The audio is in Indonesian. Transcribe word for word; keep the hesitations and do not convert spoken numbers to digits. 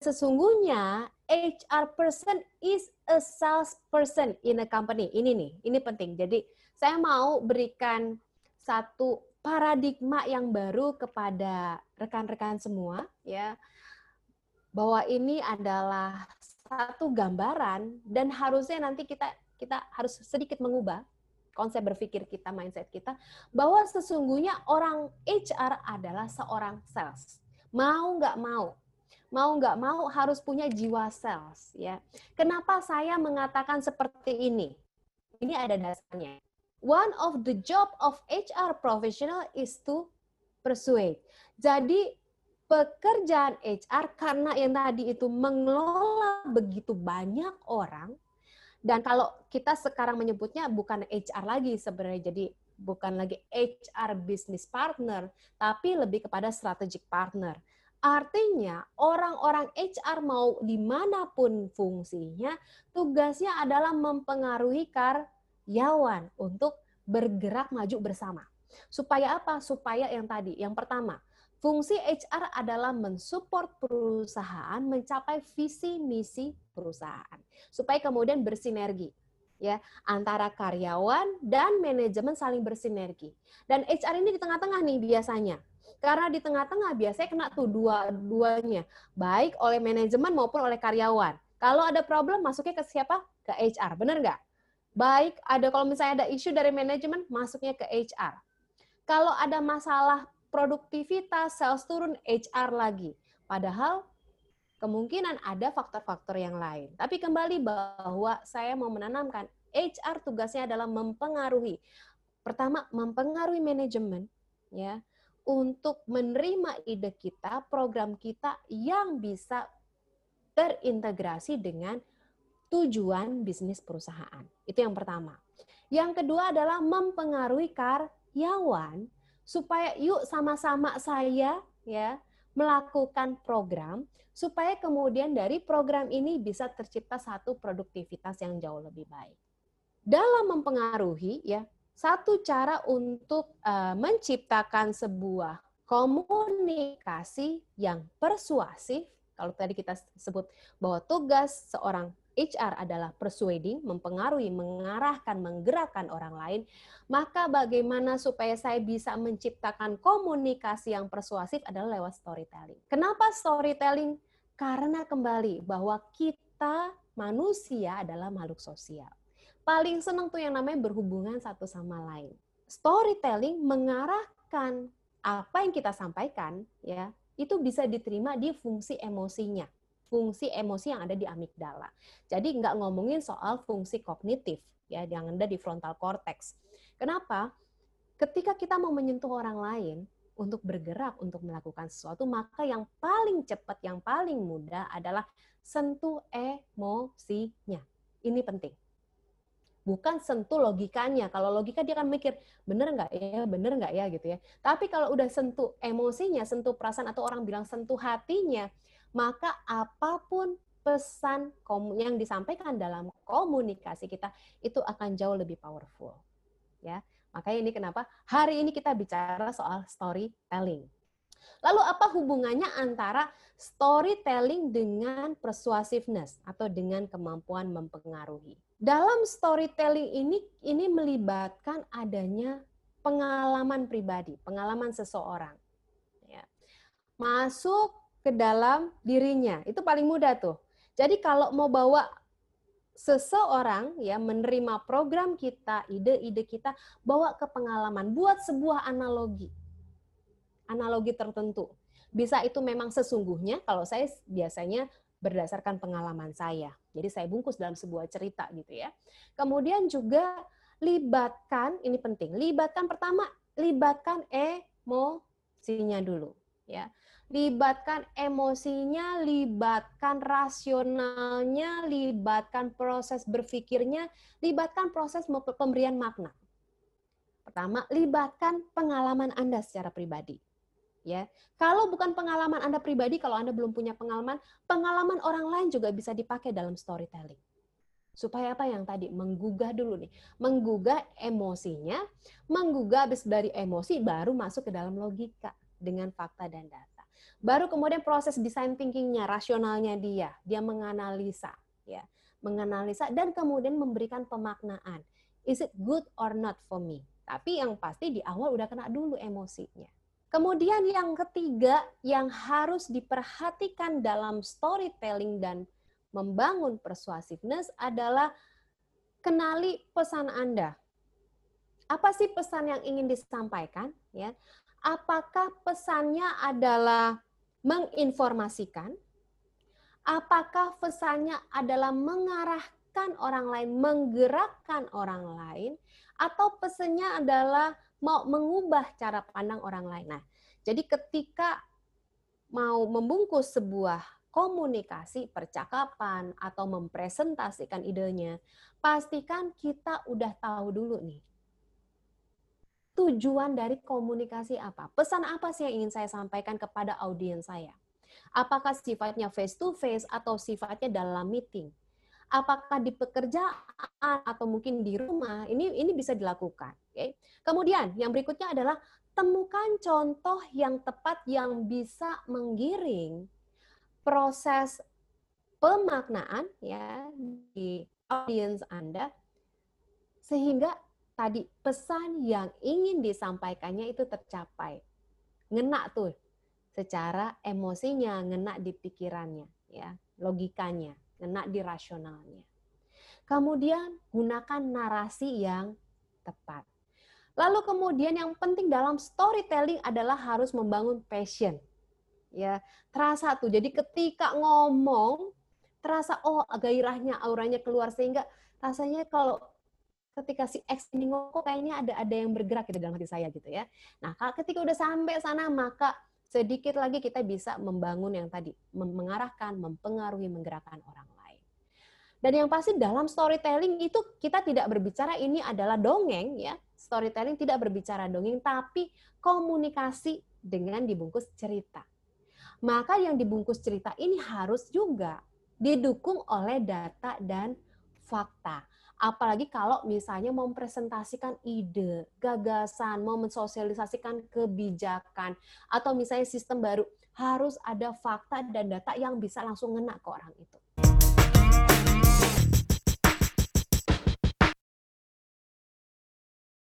sesungguhnya H R person is a sales person in a company. Ini nih, ini penting. Jadi saya mau berikan satu paradigma yang baru kepada rekan-rekan semua, ya, bahwa ini adalah satu gambaran dan harusnya nanti kita kita harus sedikit mengubah konsep berpikir kita, mindset kita, bahwa sesungguhnya orang H R adalah seorang sales. Mau nggak mau, mau nggak mau harus punya jiwa sales. Ya. Kenapa saya mengatakan seperti ini? Ini ada dasarnya. One of the job of H R professional is to persuade. Jadi pekerjaan H R karena yang tadi itu mengelola begitu banyak orang, dan kalau kita sekarang menyebutnya bukan H R lagi sebenarnya, jadi bukan lagi H R business partner, tapi lebih kepada strategic partner. Artinya orang-orang H R mau dimanapun fungsinya, tugasnya adalah mempengaruhi karyawan untuk bergerak maju bersama. Supaya apa? Supaya yang tadi, yang pertama, fungsi H R adalah mensupport perusahaan mencapai visi misi perusahaan supaya kemudian bersinergi ya antara karyawan dan manajemen saling bersinergi. Dan H R ini di tengah-tengah nih biasanya. Karena di tengah-tengah biasanya kena tuh dua-duanya, baik oleh manajemen maupun oleh karyawan. Kalau ada problem masuknya ke siapa? Ke H R, benar nggak? Baik, ada kalau misalnya ada isu dari manajemen masuknya ke H R. Kalau ada masalah produktivitas, sales turun, H R lagi. Padahal kemungkinan ada faktor-faktor yang lain. Tapi kembali bahwa saya mau menanamkan, H R tugasnya adalah mempengaruhi. Pertama, mempengaruhi manajemen ya untuk menerima ide kita, program kita yang bisa terintegrasi dengan tujuan bisnis perusahaan. Itu yang pertama. Yang kedua adalah mempengaruhi karyawan supaya yuk sama-sama saya ya melakukan program supaya kemudian dari program ini bisa tercipta satu produktivitas yang jauh lebih baik. Dalam mempengaruhi ya, satu cara untuk uh, menciptakan sebuah komunikasi yang persuasif, kalau tadi kita sebut bahwa tugas seorang H R adalah persuading, mempengaruhi, mengarahkan, menggerakkan orang lain, maka bagaimana supaya saya bisa menciptakan komunikasi yang persuasif adalah lewat storytelling. Kenapa storytelling? Karena kembali bahwa kita manusia adalah makhluk sosial. Paling senang tuh yang namanya berhubungan satu sama lain. Storytelling mengarahkan apa yang kita sampaikan, ya, itu bisa diterima di fungsi emosinya. Fungsi emosi yang ada di amigdala. Jadi nggak ngomongin soal fungsi kognitif ya yang ada di frontal cortex. Kenapa? Ketika kita mau menyentuh orang lain untuk bergerak untuk melakukan sesuatu, maka yang paling cepat, yang paling mudah adalah sentuh emosinya. Ini penting. Bukan sentuh logikanya. Kalau logika dia akan mikir, bener nggak ya, bener nggak ya gitu ya. Tapi kalau udah sentuh emosinya, sentuh perasaan atau orang bilang sentuh hatinya, maka apapun pesan yang disampaikan dalam komunikasi kita itu akan jauh lebih powerful. Ya, makanya ini kenapa hari ini kita bicara soal storytelling. Lalu apa hubungannya antara storytelling dengan persuasiveness atau dengan kemampuan mempengaruhi? Dalam storytelling ini ini melibatkan adanya pengalaman pribadi, pengalaman seseorang. Ya. Masuk ke dalam dirinya, itu paling mudah tuh. Jadi kalau mau bawa seseorang ya menerima program kita, ide-ide kita, bawa ke pengalaman, buat sebuah analogi. Analogi tertentu. Bisa itu memang sesungguhnya, kalau saya biasanya berdasarkan pengalaman saya. Jadi saya bungkus dalam sebuah cerita gitu ya. Kemudian juga libatkan, ini penting, libatkan pertama, libatkan emosinya dulu ya. Libatkan emosinya, libatkan rasionalnya, libatkan proses berpikirnya, libatkan proses pemberian makna. Pertama, libatkan pengalaman Anda secara pribadi. Ya, kalau bukan pengalaman Anda pribadi, kalau Anda belum punya pengalaman, pengalaman orang lain juga bisa dipakai dalam storytelling. Supaya apa yang tadi? Menggugah dulu nih. Menggugah emosinya, menggugah habis dari emosi baru masuk ke dalam logika dengan fakta dan data. Baru kemudian proses design thinking-nya, rasionalnya dia, dia menganalisa, ya, menganalisa dan kemudian memberikan pemaknaan. Is it good or not for me? Tapi yang pasti di awal udah kena dulu emosinya. Kemudian yang ketiga yang harus diperhatikan dalam storytelling dan membangun persuasiveness adalah kenali pesan Anda. Apa sih pesan yang ingin disampaikan? Ya, apakah pesannya adalah menginformasikan? Apakah pesannya adalah mengarahkan orang lain, menggerakkan orang lain? Atau pesannya adalah mau mengubah cara pandang orang lain? Nah, jadi ketika mau membungkus sebuah komunikasi, percakapan, atau mempresentasikan idenya, pastikan kita udah tahu dulu nih, tujuan dari komunikasi apa? Pesan apa sih yang ingin saya sampaikan kepada audiens saya? Apakah sifatnya face to face atau sifatnya dalam meeting? Apakah di pekerjaan atau mungkin di rumah? Ini ini bisa dilakukan. Okay? Kemudian yang berikutnya adalah temukan contoh yang tepat yang bisa menggiring proses pemaknaan ya di audiens Anda sehingga tadi pesan yang ingin disampaikannya itu tercapai. Ngena tuh secara emosinya, ngena di pikirannya, ya, logikanya, ngena di rasionalnya. Kemudian gunakan narasi yang tepat. Lalu kemudian yang penting dalam storytelling adalah harus membangun passion. Ya, terasa tuh. Jadi ketika ngomong terasa oh gairahnya, auranya keluar sehingga rasanya kalau ketika si X ini ngomong kok kayaknya ada ada yang bergerak gitu dalam hati saya gitu ya. Nah, ketika udah sampai sana maka sedikit lagi kita bisa membangun yang tadi, mengarahkan, mempengaruhi, menggerakkan orang lain. Dan yang pasti dalam storytelling itu kita tidak berbicara ini adalah dongeng ya. Storytelling tidak berbicara dongeng tapi komunikasi dengan dibungkus cerita. Maka yang dibungkus cerita ini harus juga didukung oleh data dan fakta. Apalagi kalau misalnya mau mempresentasikan ide, gagasan, mau mensosialisasikan kebijakan, atau misalnya sistem baru, harus ada fakta dan data yang bisa langsung ngena ke orang itu.